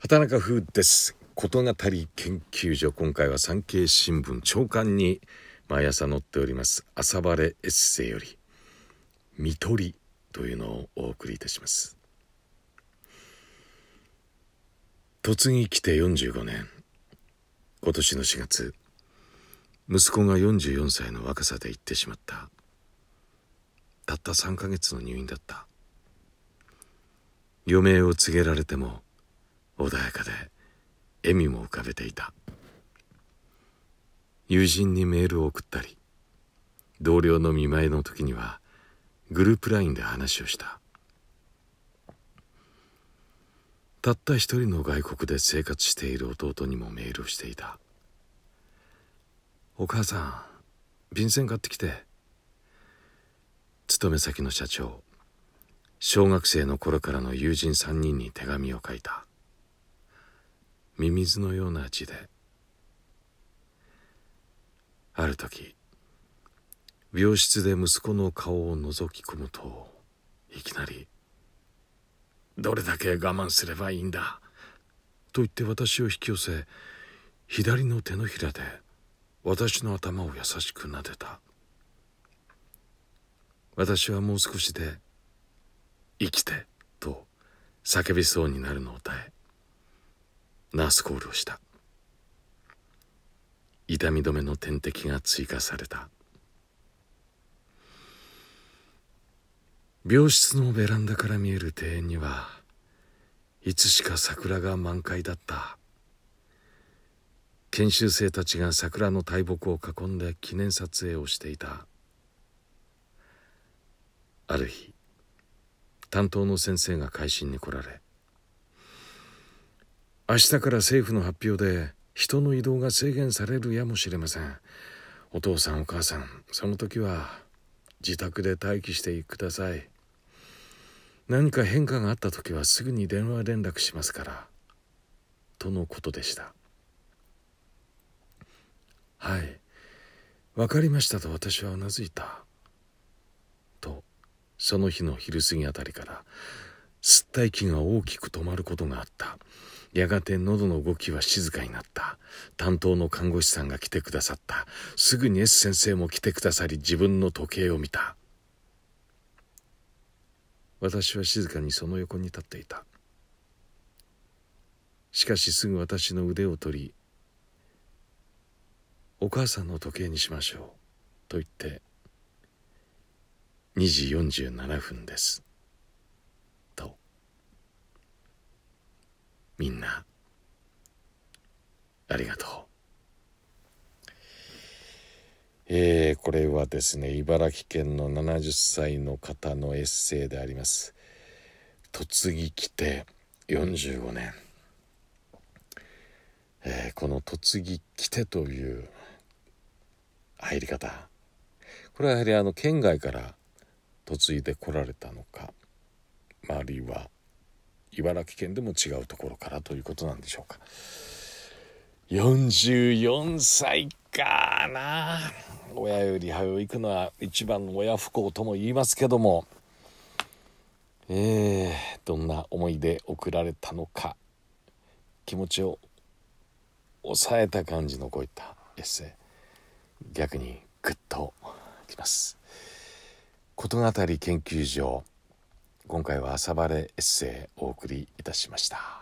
畑中風です。事語り研究所、今回は産経新聞朝刊に毎朝載っております朝晴れエッセイより看取りというのをお送りいたします。嫁ぎ来て45年、今年の4月、息子が44歳の若さで行ってしまった。たった3ヶ月の入院だった。余命を告げられても穏やかで笑みも浮かべていた。友人にメールを送ったり、同僚の見舞いの時にはグループ LINE で話をした。たった一人の外国で生活している弟にもメールをしていた。お母さん、便箋買ってきて。勤め先の社長、小学生の頃からの友人3人に手紙を書いた。ミミズのような字で。ある時、病室で息子の顔を覗き込むと、いきなりどれだけ我慢すればいいんだと言って私を引き寄せ、左の手のひらで私の頭を優しく撫でた。私はもう少しで生きてと叫びそうになるのを耐え、ナースコールをした。痛み止めの点滴が追加された。病室のベランダから見える庭園にはいつしか桜が満開だった。研修生たちが桜の大木を囲んで記念撮影をしていた。ある日、担当の先生が回診に来られ、明日から政府の発表で人の移動が制限されるやもしれません。お父さんお母さん、その時は自宅で待機してください。何か変化があった時はすぐに電話連絡しますからとのことでした。はい、わかりましたと私はうなずいた。と、その日の昼過ぎあたりから吸った息が大きく止まることがあった。やがて喉の動きは静かになった。担当の看護師さんが来てくださった。すぐに S 先生も来てくださり、自分の時計を見た。私は静かにその横に立っていた。しかしすぐ私の腕を取り、お母さんの時計にしましょうと言って、2時47分ですと。みんなありがとう。これはですね、茨城県の70歳の方のエッセイであります。嫁ぎ来て45年、この嫁ぎ来てという入り方、これはやはり県外から嫁いで来られたのか、あるいは茨城県でも違うところからということなんでしょうか。44歳かな。親より早く行くのは一番の親不幸とも言いますけども、どんな思いで送られたのか、気持ちを抑えた感じのこういったエッセイ、逆にグッときます。事語り研究所、今回は朝晴れエッセイをお送りいたしました。